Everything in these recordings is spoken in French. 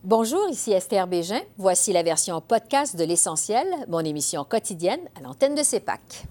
Bonjour, ici Esther Bégin. Voici la version podcast de L'Essentiel, mon émission quotidienne à l'antenne de CEPAC.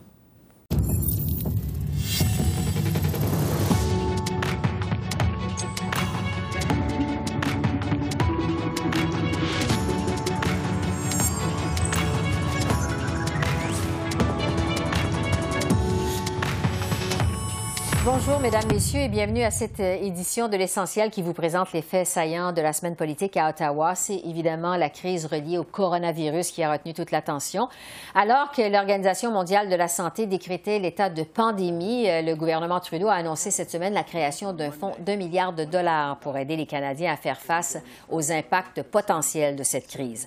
Bonjour, Mesdames, Messieurs, et bienvenue à cette édition de L'Essentiel qui vous présente les faits saillants de la semaine politique à Ottawa. C'est évidemment la crise reliée au coronavirus qui a retenu toute l'attention. Alors que l'Organisation mondiale de la santé décrétait l'état de pandémie, le gouvernement Trudeau a annoncé cette semaine la création d'un fonds d'1 milliard de dollars pour aider les Canadiens à faire face aux impacts potentiels de cette crise.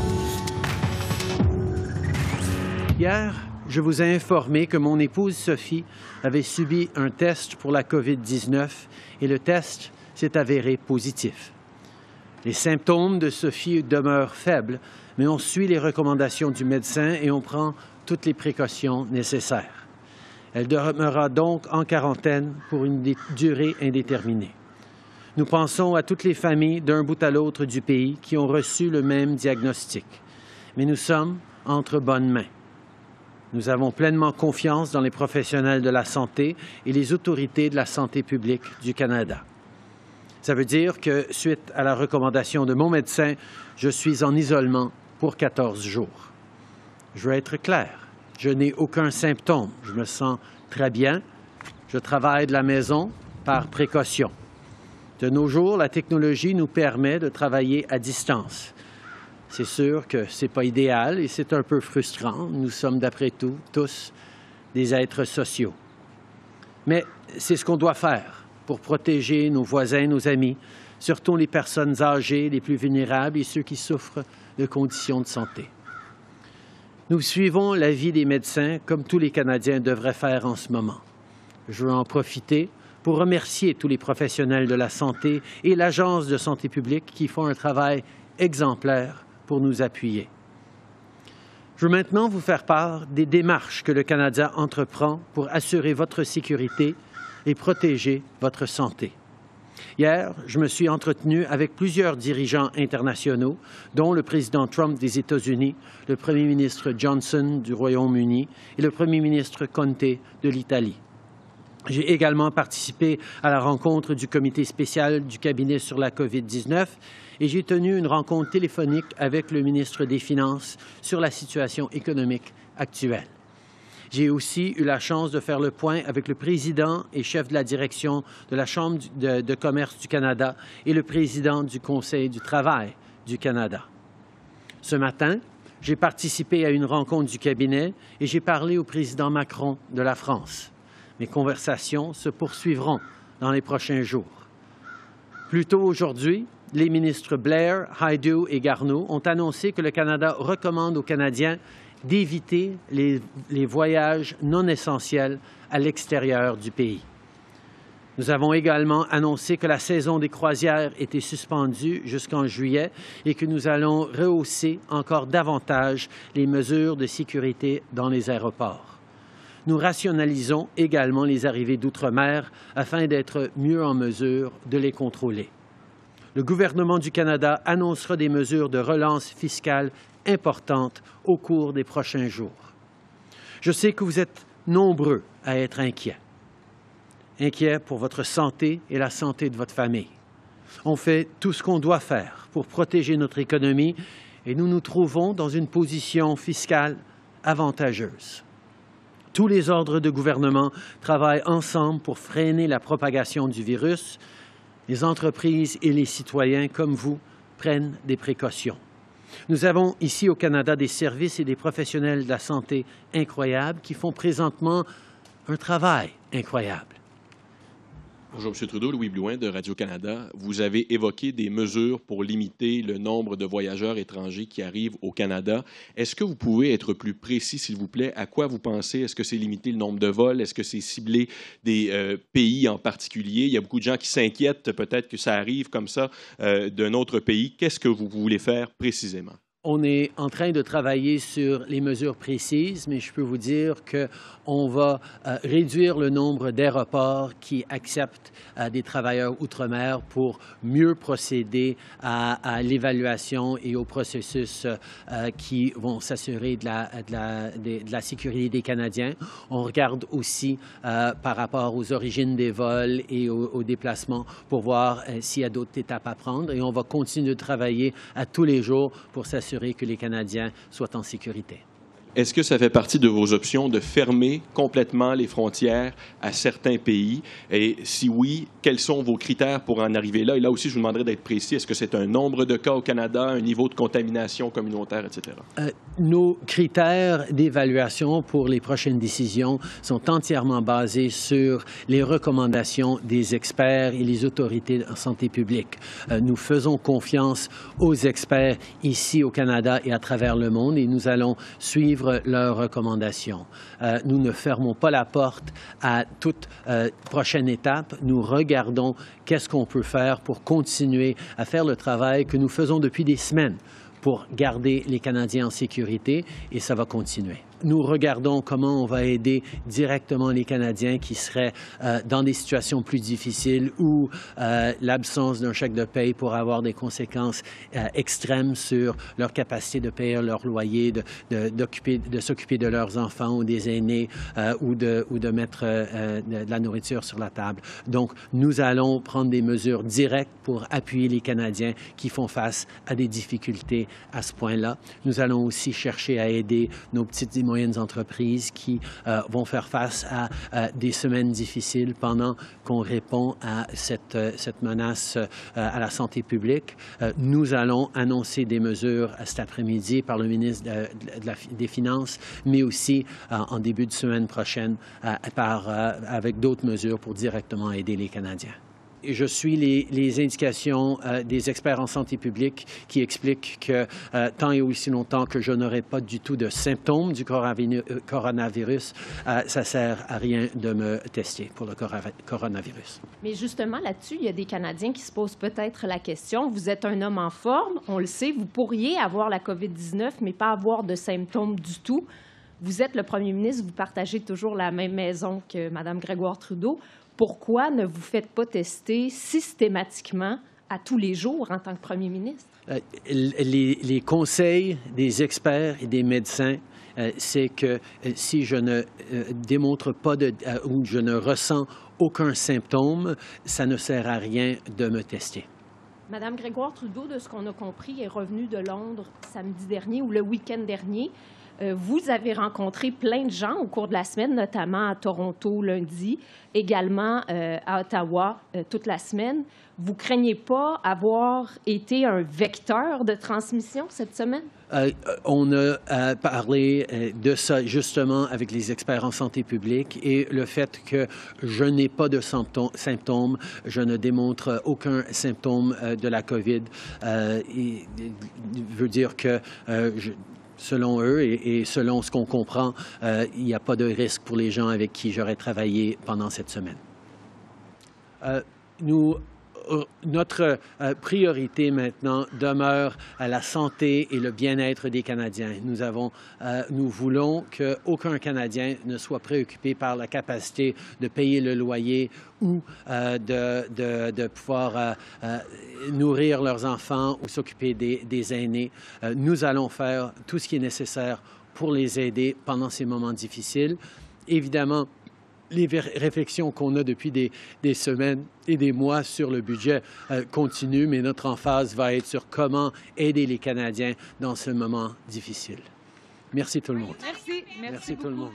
Hier, je vous ai informé que mon épouse Sophie avait subi un test pour la COVID-19 et le test s'est avéré positif. Les symptômes de Sophie demeurent faibles, mais on suit les recommandations du médecin et on prend toutes les précautions nécessaires. Elle demeurera donc en quarantaine pour une durée indéterminée. Nous pensons à toutes les familles d'un bout à l'autre du pays qui ont reçu le même diagnostic, mais nous sommes entre bonnes mains. Nous avons pleinement confiance dans les professionnels de la santé et les autorités de la santé publique du Canada. Ça veut dire que, suite à la recommandation de mon médecin, je suis en isolement pour 14 jours. Je veux être clair, je n'ai aucun symptôme. Je me sens très bien. Je travaille de la maison par précaution. De nos jours, la technologie nous permet de travailler à distance. C'est sûr que ce n'est pas idéal et c'est un peu frustrant. Nous sommes, d'après tout, tous des êtres sociaux. Mais c'est ce qu'on doit faire pour protéger nos voisins, nos amis, surtout les personnes âgées, les plus vulnérables et ceux qui souffrent de conditions de santé. Nous suivons l'avis des médecins comme tous les Canadiens devraient faire en ce moment. Je veux en profiter pour remercier tous les professionnels de la santé et l'Agence de santé publique qui font un travail exemplaire pour nous appuyer. Je veux maintenant vous faire part des démarches que le Canada entreprend pour assurer votre sécurité et protéger votre santé. Hier, je me suis entretenu avec plusieurs dirigeants internationaux, dont le président Trump des États-Unis, le premier ministre Johnson du Royaume-Uni et le premier ministre Conte de l'Italie. J'ai également participé à la rencontre du comité spécial du cabinet sur la COVID-19 et j'ai tenu une rencontre téléphonique avec le ministre des Finances sur la situation économique actuelle. J'ai aussi eu la chance de faire le point avec le président et chef de la direction de la Chambre de commerce du Canada et le président du Conseil du travail du Canada. Ce matin, j'ai participé à une rencontre du cabinet et j'ai parlé au président Macron de la France. Mes conversations se poursuivront dans les prochains jours. Plus tôt aujourd'hui, les ministres Blair, Hajdu et Garneau ont annoncé que le Canada recommande aux Canadiens d'éviter les voyages non essentiels à l'extérieur du pays. Nous avons également annoncé que la saison des croisières était suspendue jusqu'en juillet et que nous allons rehausser encore davantage les mesures de sécurité dans les aéroports. Nous rationalisons également les arrivées d'outre-mer afin d'être mieux en mesure de les contrôler. Le gouvernement du Canada annoncera des mesures de relance fiscale importantes au cours des prochains jours. Je sais que vous êtes nombreux à être inquiets. Inquiets pour votre santé et la santé de votre famille. On fait tout ce qu'on doit faire pour protéger notre économie et nous nous trouvons dans une position fiscale avantageuse. Tous les ordres de gouvernement travaillent ensemble pour freiner la propagation du virus. Les entreprises et les citoyens, comme vous, prennent des précautions. Nous avons ici au Canada des services et des professionnels de la santé incroyables qui font présentement un travail incroyable. Bonjour, M. Trudeau. Louis Blouin de Radio-Canada. Vous avez évoqué des mesures pour limiter le nombre de voyageurs étrangers qui arrivent au Canada. Est-ce que vous pouvez être plus précis, s'il vous plaît? À quoi vous pensez? Est-ce que c'est limiter le nombre de vols? Est-ce que c'est cibler des pays en particulier? Il y a beaucoup de gens qui s'inquiètent peut-être que ça arrive comme ça d'un autre pays. Qu'est-ce que vous voulez faire précisément? On est en train de travailler sur les mesures précises, mais je peux vous dire qu'on va réduire le nombre d'aéroports qui acceptent des travailleurs outre-mer pour mieux procéder à l'évaluation et au processus qui vont s'assurer de la sécurité des Canadiens. On regarde aussi par rapport aux origines des vols et aux déplacements pour voir s'il y a d'autres étapes à prendre. Et on va continuer de travailler à tous les jours pour s'assurer que les Canadiens soient en sécurité. Est-ce que ça fait partie de vos options de fermer complètement les frontières à certains pays? Et si oui, quels sont vos critères pour en arriver là? Et là aussi, je vous demanderai d'être précis. Est-ce que c'est un nombre de cas au Canada, un niveau de contamination communautaire, etc.? Nos critères d'évaluation pour les prochaines décisions sont entièrement basés sur les recommandations des experts et les autorités en santé publique. Nous faisons confiance aux experts ici au Canada et à travers le monde et nous allons suivre leurs recommandations. Nous ne fermons pas la porte à toute prochaine étape. Nous regardons qu'est-ce qu'on peut faire pour continuer à faire le travail que nous faisons depuis des semaines pour garder les Canadiens en sécurité et ça va continuer. Nous regardons comment on va aider directement les Canadiens qui seraient dans des situations plus difficiles où l'absence d'un chèque de paye pourrait avoir des conséquences extrêmes sur leur capacité de payer leur loyer, de s'occuper de leurs enfants ou des aînés ou de mettre de la nourriture sur la table. Donc, nous allons prendre des mesures directes pour appuyer les Canadiens qui font face à des difficultés à ce point-là. Nous allons aussi chercher à aider nos petites et moyennes entreprises qui vont faire face à des semaines difficiles pendant qu'on répond à cette menace à la santé publique. Nous allons annoncer des mesures cet après-midi par le ministre des Finances, mais aussi en début de semaine prochaine avec d'autres mesures pour directement aider les Canadiens. Je suis les indications des experts en santé publique qui expliquent que tant et aussi longtemps que je n'aurai pas du tout de symptômes du coronavirus, ça ne sert à rien de me tester pour le coronavirus. Mais justement, là-dessus, il y a des Canadiens qui se posent peut-être la question. Vous êtes un homme en forme, on le sait, vous pourriez avoir la COVID-19, mais pas avoir de symptômes du tout. Vous êtes le premier ministre, vous partagez toujours la même maison que Mme Grégoire-Trudeau. Pourquoi ne vous faites pas tester systématiquement à tous les jours en tant que premier ministre? Les conseils des experts et des médecins, c'est que si je ne démontre pas ou je ne ressens aucun symptôme, ça ne sert à rien de me tester. Mme Grégoire-Trudeau, de ce qu'on a compris, est revenue de Londres samedi dernier ou le week-end dernier. Vous avez rencontré plein de gens au cours de la semaine, notamment à Toronto lundi, également à Ottawa toute la semaine. Vous ne craignez pas avoir été un vecteur de transmission cette semaine? On a parlé de ça justement avec les experts en santé publique et le fait que je n'ai pas de symptômes, je ne démontre aucun symptôme de la COVID, veut dire que selon eux et selon ce qu'on comprend, il n'y a pas de risque pour les gens avec qui j'aurais travaillé pendant cette semaine. Notre priorité maintenant demeure à la santé et le bien-être des Canadiens. Nous voulons qu'aucun Canadien ne soit préoccupé par la capacité de payer le loyer ou de pouvoir nourrir leurs enfants ou s'occuper des aînés. Nous allons faire tout ce qui est nécessaire pour les aider pendant ces moments difficiles. Évidemment, les réflexions qu'on a depuis des semaines et des mois sur le budget continuent, mais notre emphase va être sur comment aider les Canadiens dans ce moment difficile. Merci tout le monde. Merci tout le monde.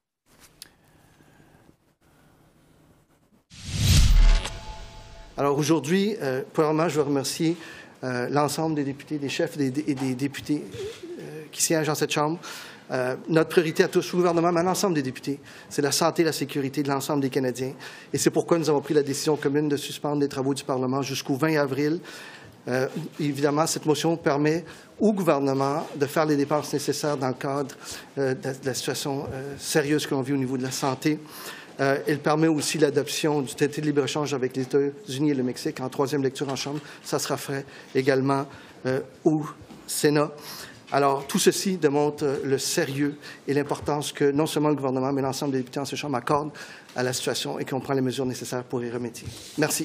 Alors aujourd'hui, premièrement, je veux remercier l'ensemble des députés, des chefs et des députés qui siègent dans cette Chambre. Notre priorité à tous, le gouvernement, mais à l'ensemble des députés, c'est la santé et la sécurité de l'ensemble des Canadiens. Et c'est pourquoi nous avons pris la décision commune de suspendre les travaux du Parlement jusqu'au 20 avril. Évidemment, cette motion permet au gouvernement de faire les dépenses nécessaires dans le cadre de la situation sérieuse que l'on vit au niveau de la santé. Elle permet aussi l'adoption du traité de libre-échange avec les États-Unis et le Mexique en troisième lecture en Chambre. Ça sera fait également au Sénat. Alors, tout ceci démontre le sérieux et l'importance que non seulement le gouvernement, mais l'ensemble des députés en ce chambre accordent à la situation et qu'on prend les mesures nécessaires pour y remédier. Merci.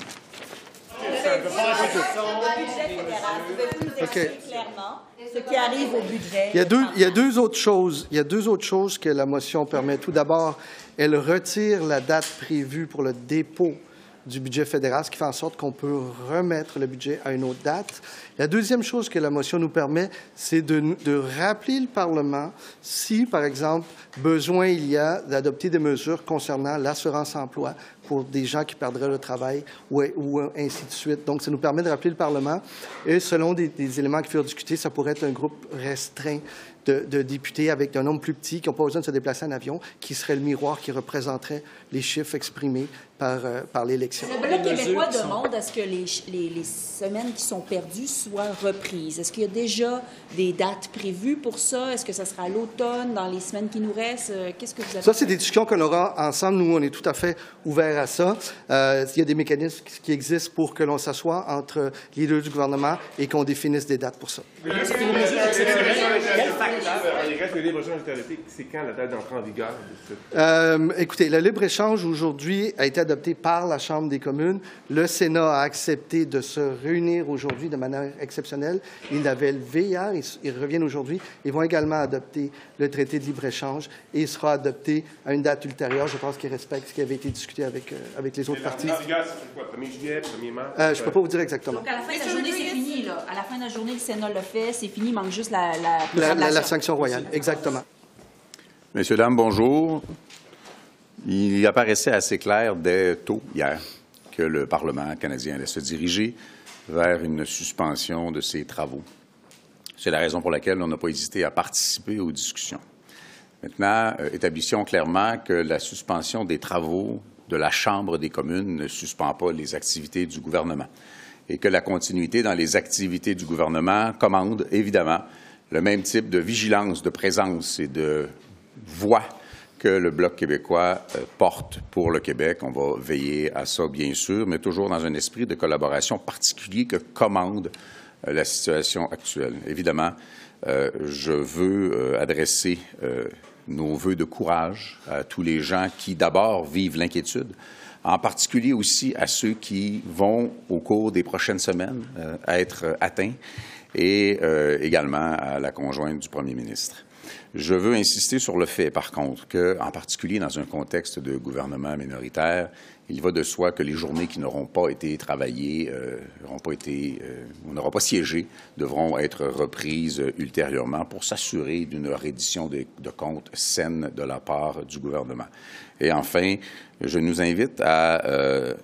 Okay. Clairement ce qui arrive au budget. Il y a deux autres choses que la motion permet. Tout d'abord, elle retire la date prévue pour le dépôt du budget fédéral, ce qui fait en sorte qu'on peut remettre le budget à une autre date. La deuxième chose que la motion nous permet, c'est de rappeler le Parlement si, par exemple, besoin il y a d'adopter des mesures concernant l'assurance-emploi pour des gens qui perdraient le travail ou ainsi de suite. Donc, ça nous permet de rappeler le Parlement et selon des éléments qui furent discutés, ça pourrait être un groupe restreint de députés avec un nombre plus petit qui n'ont pas besoin de se déplacer en avion, qui serait le miroir qui représenterait les chiffres exprimés par l'élection. Le Bloc québécois demande à ce que les semaines qui sont perdues soient reprises. Est-ce qu'il y a déjà des dates prévues pour ça? Est-ce que ça sera à l'automne, dans les semaines qui nous restent? Qu'est-ce que vous avez... Ça, c'est des discussions qu'on aura ensemble. Nous, on est tout à fait ouverts à ça. Il y a des mécanismes qui existent pour que l'on s'assoie entre les leaders du gouvernement et qu'on définisse des dates pour ça. Quel facteur il reste le libre-échange thérapeutique? C'est quand la date d'entrée en vigueur de ça? Écoutez, le libre-échange aujourd'hui a été adopté par la Chambre des communes. Le Sénat a accepté de se réunir aujourd'hui de manière exceptionnelle. Ils l'avaient levé hier, ils reviennent aujourd'hui. Ils vont également adopter le traité de libre-échange et il sera adopté à une date ultérieure. Je pense qu'il respecte ce qui avait été discuté avec les autres partis. L'entrée en vigueur, c'est quoi? 1er juillet, 1er mars? Je ne peux pas vous dire exactement. Donc, à la fin de la journée, c'est fini, là. À la fin de la journée, le Sénat l'a fait, c'est fini, il manque juste la sanction royale, exactement. Messieurs, dames, bonjour. Il apparaissait assez clair dès tôt hier que le Parlement canadien allait se diriger vers une suspension de ses travaux. C'est la raison pour laquelle on n'a pas hésité à participer aux discussions. Maintenant, établissons clairement que la suspension des travaux de la Chambre des communes ne suspend pas les activités du gouvernement et que la continuité dans les activités du gouvernement commande, évidemment, le même type de vigilance, de présence et de voix que le Bloc québécois porte pour le Québec. On va veiller à ça, bien sûr, mais toujours dans un esprit de collaboration particulier que commande la situation actuelle. Évidemment, je veux adresser nos vœux de courage à tous les gens qui, d'abord, vivent l'inquiétude, en particulier aussi à ceux qui vont, au cours des prochaines semaines, être atteints, et également à la conjointe du premier ministre. Je veux insister sur le fait, par contre, qu'en particulier dans un contexte de gouvernement minoritaire, il va de soi que les journées qui n'auront pas été travaillées, on n'aura pas siégé, devront être reprises ultérieurement pour s'assurer d'une reddition de comptes saine de la part du gouvernement. Et enfin, je nous invite à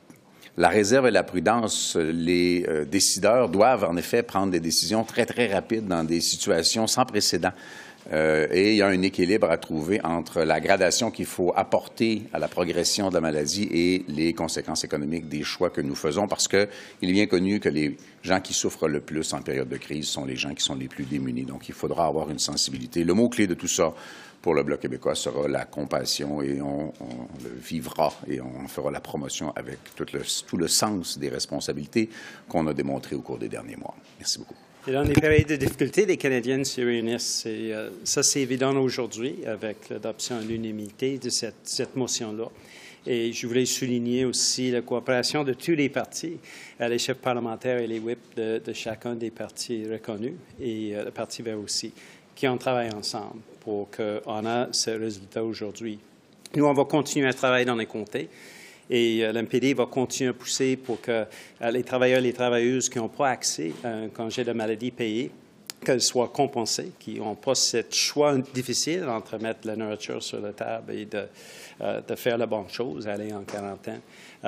la réserve et la prudence. Les décideurs doivent en effet prendre des décisions très, très rapides dans des situations sans précédent. Et il y a un équilibre à trouver entre la gradation qu'il faut apporter à la progression de la maladie et les conséquences économiques des choix que nous faisons, parce qu'il est bien connu que les gens qui souffrent le plus en période de crise sont les gens qui sont les plus démunis. Donc, il faudra avoir une sensibilité. Le mot-clé de tout ça pour le Bloc québécois sera la compassion et on le vivra et on fera la promotion avec tout le sens des responsabilités qu'on a démontrées au cours des derniers mois. Merci beaucoup. Et dans les périodes de difficulté, les Canadiens se réunissent. Et ça, c'est évident aujourd'hui avec l'adoption à l'unanimité de cette motion-là. Et je voulais souligner aussi la coopération de tous les partis, les chefs parlementaires et les whips de chacun des partis reconnus et le Parti vert aussi, qui ont travaillé ensemble pour qu'on ait ce résultat aujourd'hui. Nous, on va continuer à travailler dans les comtés. Et l'MPD va continuer à pousser pour que les travailleurs et les travailleuses qui n'ont pas accès à un congé de maladie payé, qu'elles soient compensées, qui n'ont pas ce choix difficile entre mettre la nourriture sur la table et de faire la bonne chose, aller en quarantaine,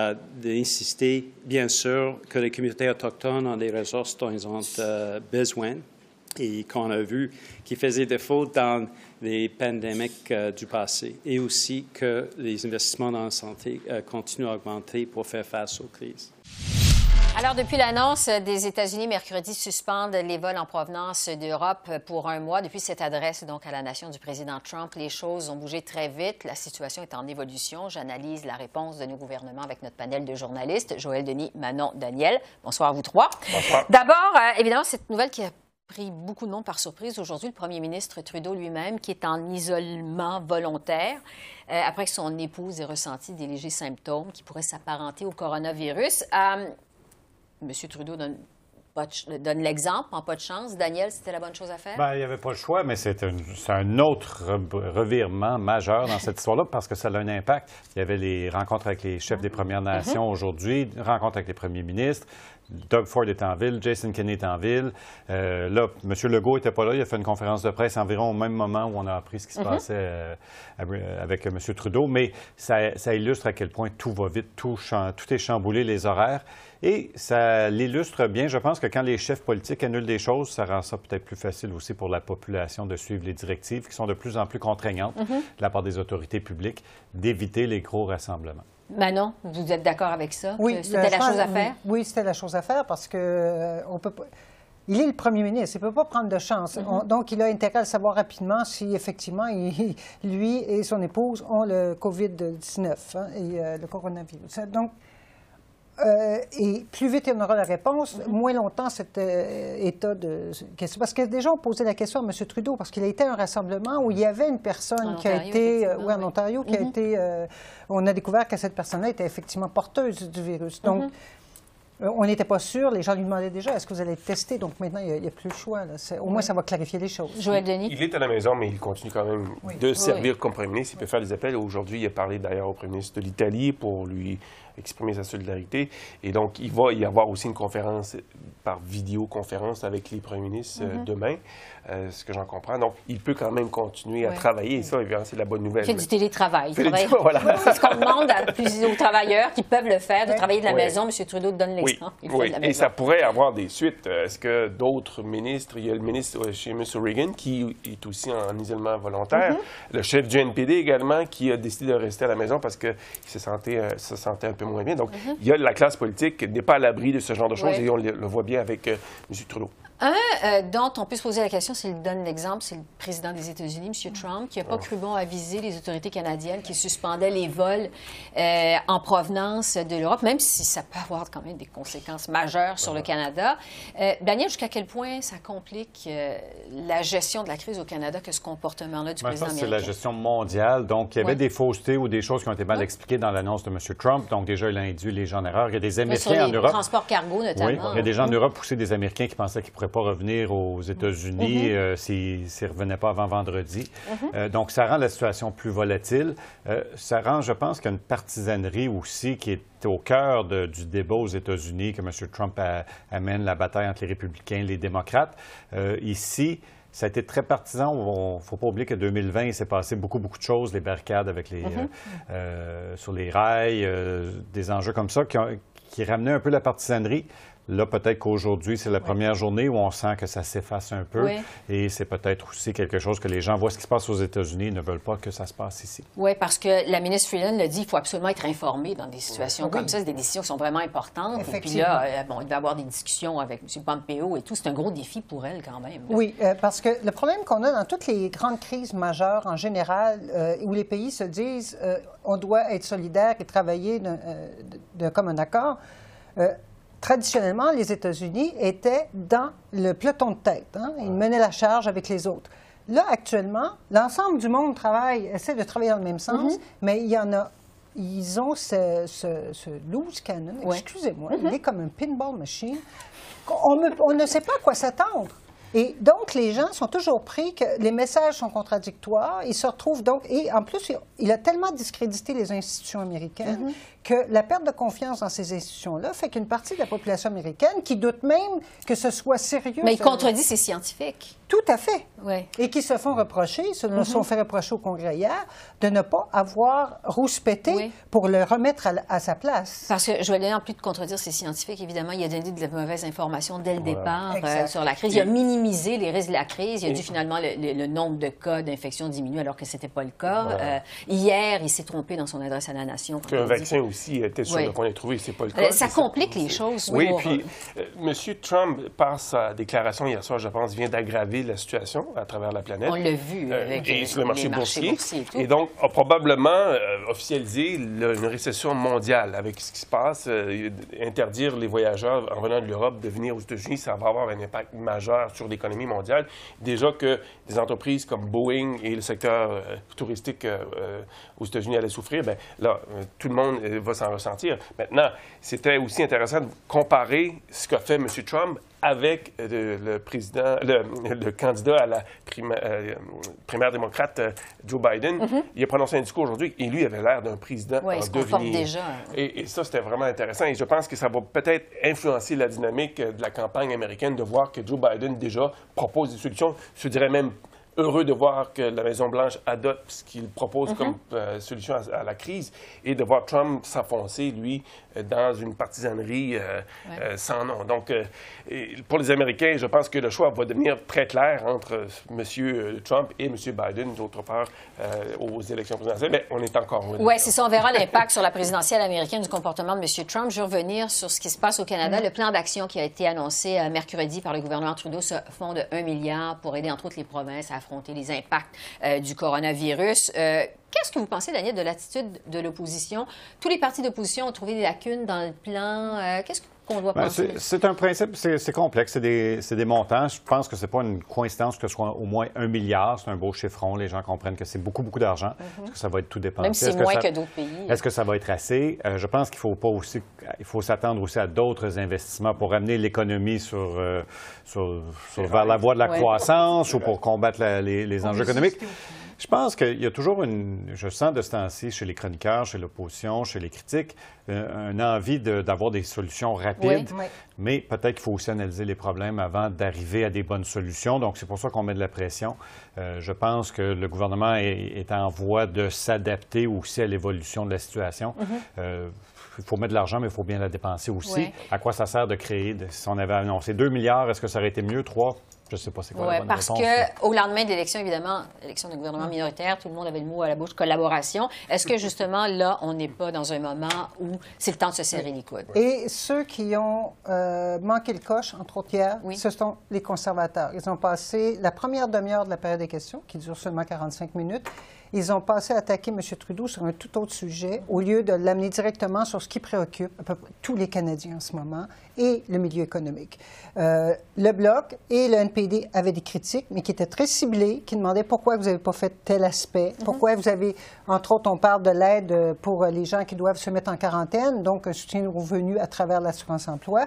d'insister, bien sûr, que les communautés autochtones ont des ressources dont ils ont besoin et qu'on a vu qui faisaient défaut dans les pandémiques du passé, et aussi que les investissements dans la santé continuent à augmenter pour faire face aux crises. Alors, depuis l'annonce des États-Unis, mercredi, suspendent les vols en provenance d'Europe pour un mois. Depuis cette adresse donc à la nation du président Trump, les choses ont bougé très vite. La situation est en évolution. J'analyse la réponse de nos gouvernements avec notre panel de journalistes, Joël Denis, Manon, Daniel. Bonsoir à vous trois. Bonsoir. D'abord, évidemment, cette nouvelle qui a pris beaucoup de monde par surprise aujourd'hui, le premier ministre Trudeau lui-même, qui est en isolement volontaire, après que son épouse ait ressenti des légers symptômes qui pourraient s'apparenter au coronavirus. M. Trudeau donne l'exemple, en pas de chance. Daniel, c'était la bonne chose à faire? Bien, il n'y avait pas le choix, mais c'est un autre revirement majeur dans cette histoire-là parce que ça a un impact. Il y avait les rencontres avec les chefs des Premières Nations aujourd'hui, rencontres avec les premiers ministres. Doug Ford est en ville, Jason Kenney est en ville. Là, M. Legault n'était pas là. Il a fait une conférence de presse environ au même moment où on a appris ce qui se passait avec M. Trudeau. Mais ça illustre à quel point tout va vite, tout est chamboulé, les horaires. Et ça l'illustre bien. Je pense que quand les chefs politiques annulent des choses, ça rend ça peut-être plus facile aussi pour la population de suivre les directives qui sont de plus en plus contraignantes de la part des autorités publiques, d'éviter les gros rassemblements. Manon, vous êtes d'accord avec ça? Oui, c'était la chose à faire? Oui, c'était la chose à faire parce que on peut pas... Il est le premier ministre, il ne peut pas prendre de chance. Donc, il a intérêt à le savoir rapidement si, effectivement, lui et son épouse ont le COVID-19 et le coronavirus. Donc, et plus vite on aura la réponse, moins longtemps cet état de question. Parce que déjà, on posait la question à M. Trudeau, parce qu'il a été à un rassemblement où il y avait une personne qui a été, en Ontario, qui a été, on a découvert que cette personne-là était effectivement porteuse du virus. Donc, on n'était pas sûr. Les gens lui demandaient déjà, est-ce que vous allez être testé? Donc maintenant, il n'y a plus le choix. Là. Au moins, ça va clarifier les choses. Joël Denis? Il est à la maison, mais il continue quand même de servir comme premier ministre. Il peut faire des appels. Aujourd'hui, il a parlé d'ailleurs au premier ministre de l'Italie pour lui exprimer sa solidarité. Et donc, il va y avoir aussi une conférence par vidéoconférence avec les premiers ministres demain, ce que j'en comprends. Donc, il peut quand même continuer à travailler. Et ça, évidemment, c'est la bonne nouvelle. Il fait du télétravail. Voilà. C'est ce qu'on demande aux travailleurs qui peuvent le faire, de travailler de la maison. M. Trudeau donne l'exemple. Oui, et ça pourrait avoir des suites. Est-ce que d'autres ministres, il y a le ministre chez M. Reagan qui est aussi en isolement volontaire, le chef du NPD également qui a décidé de rester à la maison parce qu'il se sentait un peu moins bien. Donc, il y a la classe politique qui n'est pas à l'abri de ce genre de choses et on le voit bien avec M. Trudeau. Un dont on peut se poser la question, s'il donne l'exemple, c'est le président des États-Unis, M. Trump, qui n'a pas cru bon aviser les autorités canadiennes qui suspendaient les vols en provenance de l'Europe, même si ça peut avoir quand même des conséquences majeures sur le Canada. Daniel, jusqu'à quel point ça complique la gestion de la crise au Canada que ce comportement-là du président américain? C'est la gestion mondiale. Donc, il y avait des faussetés ou des choses qui ont été mal expliquées dans l'annonce de M. Trump. Donc, déjà, il a induit les gens en erreur. Il y a des Américains en Europe... Sur les transports cargo, notamment. Oui, il y a des gens en Europe, aussi des Américains qui pensaient qu'ils pourraient pas revenir aux États-Unis s'ils ne revenaient pas avant vendredi. Donc, ça rend la situation plus volatile. Ça rend, je pense, qu'il y a une partisanerie aussi qui est au cœur du débat aux États-Unis, que M. Trump amène la bataille entre les républicains et les démocrates. Ici, ça a été très partisan. Il ne faut pas oublier que 2020, il s'est passé beaucoup de choses, les barricades avec sur les rails, des enjeux comme ça qui ramenaient un peu la partisanerie. Là, peut-être qu'aujourd'hui, c'est la première journée où on sent que ça s'efface un peu. Et c'est peut-être aussi quelque chose que les gens voient ce qui se passe aux États-Unis et ne veulent pas que ça se passe ici. Oui, parce que la ministre Freeland l'a dit, il faut absolument être informé dans des situations comme ça. C'est des décisions qui sont vraiment importantes. Et puis là, il va y avoir des discussions avec M. Pompeo et tout. C'est un gros défi pour elle quand même. Oui, parce que le problème qu'on a dans toutes les grandes crises majeures en général, où les pays se disent on doit être solidaires et travailler de commun accord, traditionnellement, les États-Unis étaient dans le peloton de tête. Ils menaient la charge avec les autres. Là, actuellement, l'ensemble du monde essaie de travailler dans le même sens, mais il y en a... Ils ont ce loose cannon, excusez-moi, il est comme un pinball machine. On ne sait pas à quoi s'attendre. Et donc, les gens sont toujours pris que les messages sont contradictoires. Ils se retrouvent donc... Et en plus, il a tellement discrédité les institutions américaines que la perte de confiance dans ces institutions-là fait qu'une partie de la population américaine qui doute même que ce soit sérieux... Mais il contredit ses scientifiques. Tout à fait. Oui. Et qui se font reprocher, se sont fait reprocher au Congrès hier, de ne pas avoir rouspété pour le remettre à sa place. Parce que je vais en plus de contredire ces scientifiques, évidemment, il a donné de la mauvaise information dès le départ sur la crise. Il a minimisé les risques de la crise. Il a dit finalement le nombre de cas d'infection diminue alors que ce n'était pas le cas. Hier, il s'est trompé dans son adresse à la nation. Un vaccin aussi était sur le point d'être trouvé. C'est pas le cas. Ça complique les choses. Oui, puis M. Trump, par sa déclaration hier soir, je pense, vient d'aggraver la situation à travers la planète. On l'a vu avec et sur le marché boursier. Et donc, a probablement officialisé une récession mondiale avec ce qui se passe. Interdire les voyageurs en venant de l'Europe de venir aux États-Unis, ça va avoir un impact majeur sur l'économie mondiale. Déjà que des entreprises comme Boeing et le secteur touristique aux États-Unis allaient souffrir, bien là, tout le monde va s'en ressentir. Maintenant, c'était aussi intéressant de comparer ce qu'a fait M. Trump avec le candidat à la primaire démocrate, Joe Biden. Il a prononcé un discours aujourd'hui et lui avait l'air d'un président en il se conforte déjà. Et ça, c'était vraiment intéressant. Et je pense que ça va peut-être influencer la dynamique de la campagne américaine de voir que Joe Biden déjà propose des solutions. Je dirais même heureux de voir que la Maison-Blanche adopte ce qu'il propose comme solution à la crise et de voir Trump s'enfoncer, lui, dans une partisanerie sans nom. Donc, pour les Américains, je pense que le choix va devenir très clair entre M. Trump et M. Biden, d'autre part, aux élections présidentielles. Mais on est encore loin. Oui, c'est ça. On verra l'impact sur la présidentielle américaine du comportement de M. Trump. Je veux revenir sur ce qui se passe au Canada. Le plan d'action qui a été annoncé mercredi par le gouvernement Trudeau se fonde de 1 milliard pour aider, entre autres, les provinces à affronter les impacts du coronavirus. Qu'est-ce que vous pensez, Daniel, de l'attitude de l'opposition? Tous les partis d'opposition ont trouvé des lacunes dans le plan. Qu'est-ce qu'on doit penser? C'est un principe, c'est complexe, c'est des montants. Je pense que c'est pas une coïncidence que ce soit au moins 1 milliard. C'est un beau chiffron. Les gens comprennent que c'est beaucoup, beaucoup d'argent. Est-ce que ça va être tout dépensé? Même si c'est moins que d'autres pays. Est-ce que ça va être assez? Je pense qu'il faut pas aussi, il faut s'attendre aussi à d'autres investissements pour amener l'économie vers la voie de la croissance ou pour combattre les enjeux économiques. Je pense qu'il y a toujours je sens de ce temps-ci, chez les chroniqueurs, chez l'opposition, chez les critiques, une envie d'avoir des solutions rapides, mais peut-être qu'il faut aussi analyser les problèmes avant d'arriver à des bonnes solutions. Donc, c'est pour ça qu'on met de la pression. Je pense que le gouvernement est en voie de s'adapter aussi à l'évolution de la situation. Il faut mettre de l'argent, mais il faut bien la dépenser aussi. À quoi ça sert de créer? Si on avait annoncé 2 milliards, est-ce que ça aurait été mieux? 3? Je ne sais pas c'est quoi la bonne réponse. Parce qu'au lendemain de l'élection, évidemment, l'élection du gouvernement minoritaire, tout le monde avait le mot à la bouche, collaboration. Est-ce que, justement, là, on n'est pas dans un moment où c'est le temps de se serrer les coudes? Et ceux qui ont manqué le coche, entre autres hier, ce sont les conservateurs. Ils ont passé la première demi-heure de la période des questions, qui dure seulement 45 minutes. Ils ont passé à attaquer M. Trudeau sur un tout autre sujet, au lieu de l'amener directement sur ce qui préoccupe à peu près tous les Canadiens en ce moment, et le milieu économique. Le Bloc et le NPD avaient des critiques, mais qui étaient très ciblées, qui demandaient pourquoi vous n'avez pas fait tel aspect, pourquoi vous avez, entre autres, on parle de l'aide pour les gens qui doivent se mettre en quarantaine, donc un soutien aux revenus à travers l'assurance-emploi.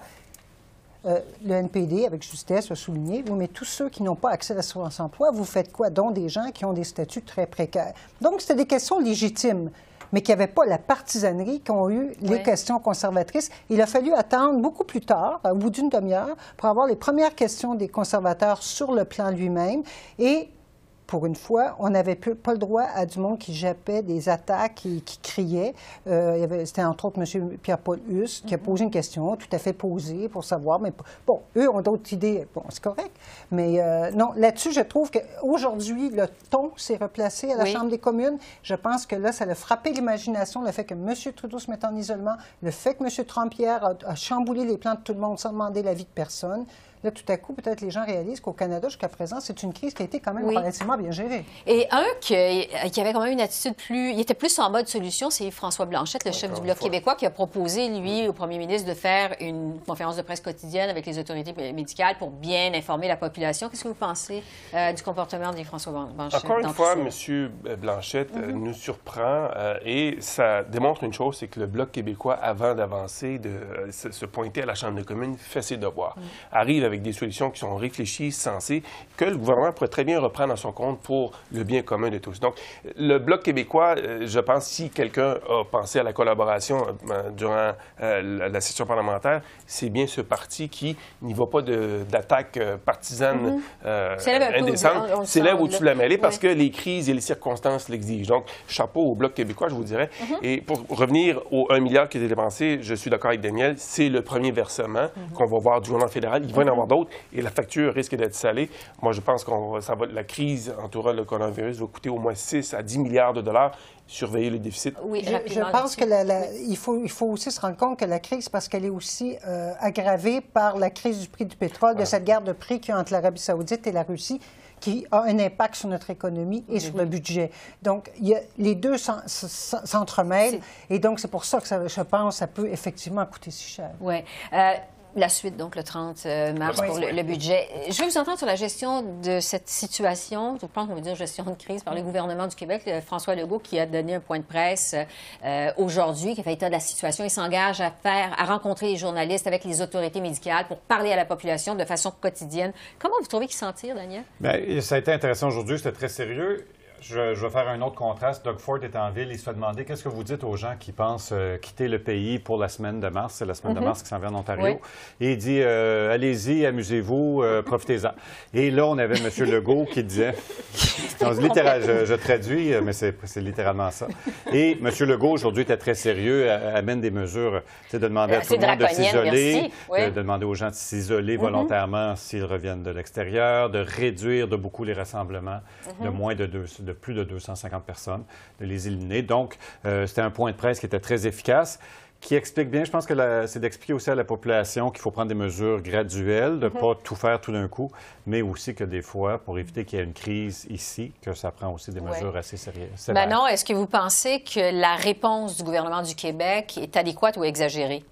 Le NPD, avec justesse, a souligné, oui, mais tous ceux qui n'ont pas accès à l'assurance-emploi, vous faites quoi? Dont des gens qui ont des statuts très précaires. Donc, c'était des questions légitimes, mais qui n'avaient pas la partisanerie qu'ont eu les questions conservatrices. Il a fallu attendre beaucoup plus tard, au bout d'une demi-heure, pour avoir les premières questions des conservateurs sur le plan lui-même. Et pour une fois, on n'avait pas le droit à du monde qui jappait des attaques et qui criait. C'était entre autres M. Pierre-Paul Huss qui a posé une question tout à fait posée pour savoir. Mais bon, eux ont d'autres idées. Bon, c'est correct. Mais non, là-dessus, je trouve qu'aujourd'hui, le ton s'est replacé à la Chambre des communes. Je pense que là, ça a frappé l'imagination, le fait que M. Trudeau se mette en isolement, le fait que M. Trump hier a chamboulé les plans de tout le monde sans demander l'avis de personne. Là, tout à coup, peut-être les gens réalisent qu'au Canada, jusqu'à présent, c'est une crise qui a été quand même relativement bien gérée. Et un qui avait quand même une attitude il était plus en mode solution, c'est François Blanchet, le chef du Bloc québécois, qui a proposé, lui, au premier ministre, de faire une conférence de presse quotidienne avec les autorités médicales pour bien informer la population. Qu'est-ce que vous pensez du comportement de François Blanchet? Encore une fois, M. Blanchet nous surprend et ça démontre une chose, c'est que le Bloc québécois, avant d'avancer, de se pointer à la Chambre des communes, fait ses devoirs. Arrive avec des solutions qui sont réfléchies, sensées, que le gouvernement pourrait très bien reprendre à son compte pour le bien commun de tous. Donc, le Bloc québécois, je pense, si quelqu'un a pensé à la collaboration durant la session parlementaire, c'est bien ce parti qui n'y va pas d'attaque partisane indécente, s'élève au-dessus de la mêlée parce que les crises et les circonstances l'exigent. Donc, chapeau au Bloc québécois, je vous dirais. Et pour revenir aux 1 milliard qui a été dépensé, je suis d'accord avec Daniel, c'est le premier versement qu'on va voir du gouvernement fédéral. Il va y en avoir énormément d'autres, et la facture risque d'être salée. Moi, je pense que la crise entourant le coronavirus va coûter au moins 6 à 10 milliards de dollars. Surveiller le déficit. Oui, je pense qu'il faut aussi se rendre compte que la crise, parce qu'elle est aussi aggravée par la crise du prix du pétrole, de cette guerre de prix qu'il y a entre l'Arabie saoudite et la Russie, qui a un impact sur notre économie et sur le budget. Donc, les deux s'entremêlent, et donc c'est pour ça que je pense que ça peut effectivement coûter si cher. Oui. La suite, donc, le 30 mars pour le budget. Je vais vous entendre sur la gestion de cette situation. Je pense qu'on va dire gestion de crise par le gouvernement du Québec. François Legault qui a donné un point de presse aujourd'hui, qui a fait état de la situation. Il s'engage à rencontrer les journalistes avec les autorités médicales pour parler à la population de façon quotidienne. Comment vous trouvez qu'il s'en tire, Daniel? Bien, ça a été intéressant aujourd'hui. C'était très sérieux. Je vais faire un autre contraste. Doug Ford est en ville. Il se fait demander qu'est-ce que vous dites aux gens qui pensent quitter le pays pour la semaine de mars. C'est la semaine de mars qui s'en vient en Ontario. Oui. Et il dit allez-y, amusez-vous, profitez-en. Et là, on avait M. Legault qui disait je traduis, mais c'est littéralement ça. Et M. Legault, aujourd'hui, était très sérieux, amène des mesures de demander à tout le monde de s'isoler, de demander aux gens de s'isoler volontairement s'ils reviennent de l'extérieur, de réduire de beaucoup les rassemblements, de moins de plus de 250 personnes, de les éliminer. Donc, c'était un point de presse qui était très efficace, qui explique bien, je pense que c'est d'expliquer aussi à la population qu'il faut prendre des mesures graduelles, de ne pas tout faire tout d'un coup, mais aussi que des fois, pour éviter qu'il y ait une crise ici, que ça prend aussi des mesures assez sérieuses. Manon, est-ce que vous pensez que la réponse du gouvernement du Québec est adéquate ou exagérée?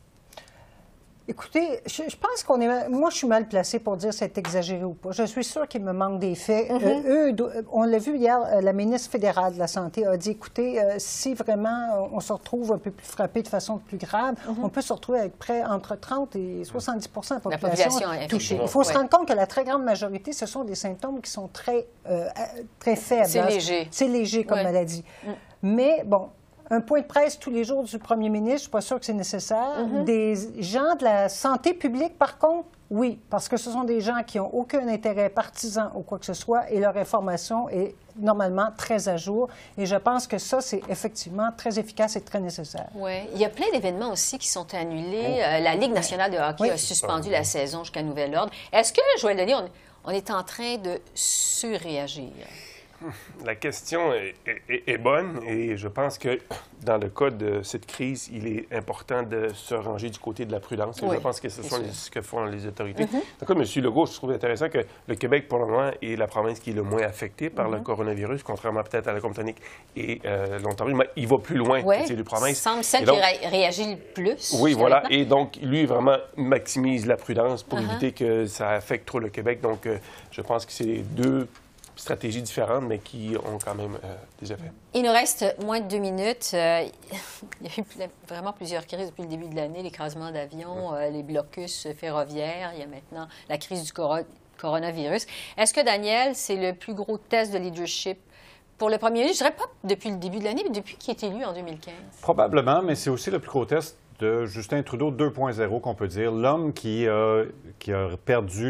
Écoutez, je pense qu'on est... Moi, je suis mal placée pour dire si c'est exagéré ou pas. Je suis sûre qu'il me manque des faits. On l'a vu hier, la ministre fédérale de la Santé a dit, écoutez, si vraiment on se retrouve un peu plus frappé de façon plus grave, on peut se retrouver avec entre 30 et 70 de la population touchée. Il faut se rendre compte que la très grande majorité, ce sont des symptômes qui sont très faibles. C'est léger. C'est léger comme maladie. Mais, bon... Un point de presse tous les jours du premier ministre, je ne suis pas sûre que c'est nécessaire. Des gens de la santé publique, par contre, oui, parce que ce sont des gens qui n'ont aucun intérêt partisan ou quoi que ce soit, et leur information est normalement très à jour. Et je pense que ça, c'est effectivement très efficace et très nécessaire. Oui. Il y a plein d'événements aussi qui sont annulés. La Ligue nationale de hockey a suspendu la saison jusqu'à nouvel ordre. Est-ce que, Joël Denis, on est en train de surréagir? La question est bonne et je pense que dans le cas de cette crise, il est important de se ranger du côté de la prudence. Et je pense que ce que font les autorités. Dans le cas de M. Legault, je trouve intéressant que le Québec, pour le moment, est la province qui est le moins affectée par le coronavirus, contrairement peut-être à la Colombie-Britannique et l'Ontario. Mais il va plus loin que ces deux provinces. Ça semble celle qui réagit le plus. Oui, voilà. Maintenant. Et donc, lui, vraiment maximise la prudence pour éviter que ça affecte trop le Québec. Donc, je pense que c'est deux stratégies différentes, mais qui ont quand même des effets. Il nous reste moins de 2 minutes. Il y a eu vraiment plusieurs crises depuis le début de l'année, l'écrasement d'avions, les blocus ferroviaires, il y a maintenant la crise du coronavirus. Est-ce que, Daniel, c'est le plus gros test de leadership pour le premier ministre? Je ne dirais pas depuis le début de l'année, mais depuis qu'il est élu en 2015. Probablement, mais c'est aussi le plus gros test de Justin Trudeau 2.0 qu'on peut dire. L'homme qui a perdu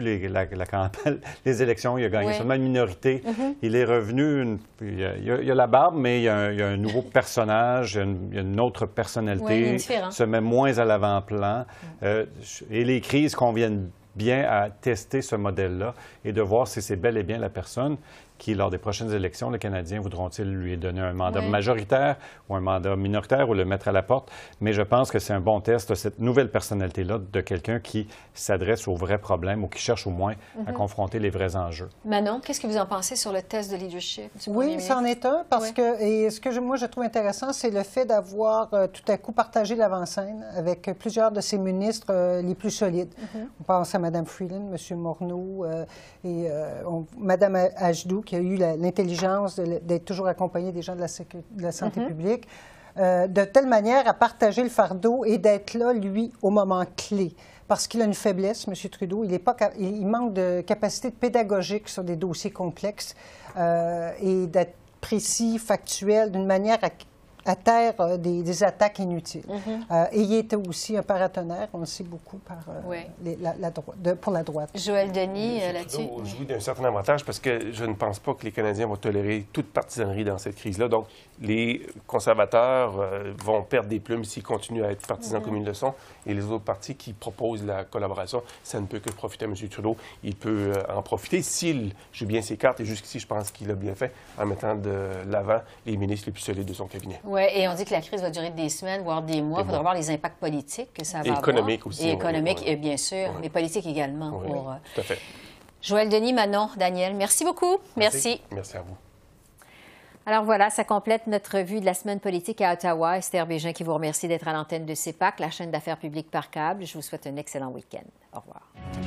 les élections, il a gagné seulement une minorité. Il est revenu, il a la barbe, mais il y a un nouveau personnage, il y a une autre personnalité, se met moins à l'avant-plan. Et les crises conviennent bien à tester ce modèle-là et de voir si c'est bel et bien la personne qui, lors des prochaines élections, les Canadiens voudront-ils lui donner un mandat majoritaire ou un mandat minoritaire ou le mettre à la porte. Mais je pense que c'est un bon test de cette nouvelle personnalité-là, de quelqu'un qui s'adresse aux vrais problèmes ou qui cherche au moins à confronter les vrais enjeux. Manon, qu'est-ce que vous en pensez sur le test de leadership? Oui, c'en est un, parce que, et ce que moi je trouve intéressant, c'est le fait d'avoir tout à coup partagé l'avant-scène avec plusieurs de ses ministres les plus solides. On pense à Mme Freeland, M. Morneau et Mme Ajdou, qui a eu l'intelligence d'être toujours accompagnée des gens de la santé publique, de telle manière à partager le fardeau et d'être là, lui, au moment clé. Parce qu'il a une faiblesse, M. Trudeau, il manque de capacité pédagogique sur des dossiers complexes et d'être précis, factuel, d'une manière à terre des attaques inutiles. Et il était aussi un paratonnerre, on le sait beaucoup, pour la droite. Joël Denis, là-dessus. On joue d'un certain avantage parce que je ne pense pas que les Canadiens vont tolérer toute partisanerie dans cette crise-là. Donc, les conservateurs vont perdre des plumes s'ils continuent à être partisans comme ils le sont. Et les autres partis qui proposent la collaboration, ça ne peut que profiter à M. Trudeau. Il peut en profiter s'il joue bien ses cartes. Et jusqu'ici, je pense qu'il a bien fait en mettant de l'avant les ministres les plus solides de son cabinet. Oui, et on dit que la crise va durer des semaines, voire des mois. Il faudra voir les impacts politiques que ça va avoir. Économiques aussi. Et économiques, bien sûr, mais politiques également. Oui, tout à fait. Joël Denis, Manon, Daniel, merci beaucoup. Merci. Merci à vous. Alors voilà, ça complète notre revue de la semaine politique à Ottawa. Esther Bégin qui vous remercie d'être à l'antenne de CEPAC, la chaîne d'affaires publiques par câble. Je vous souhaite un excellent week-end. Au revoir.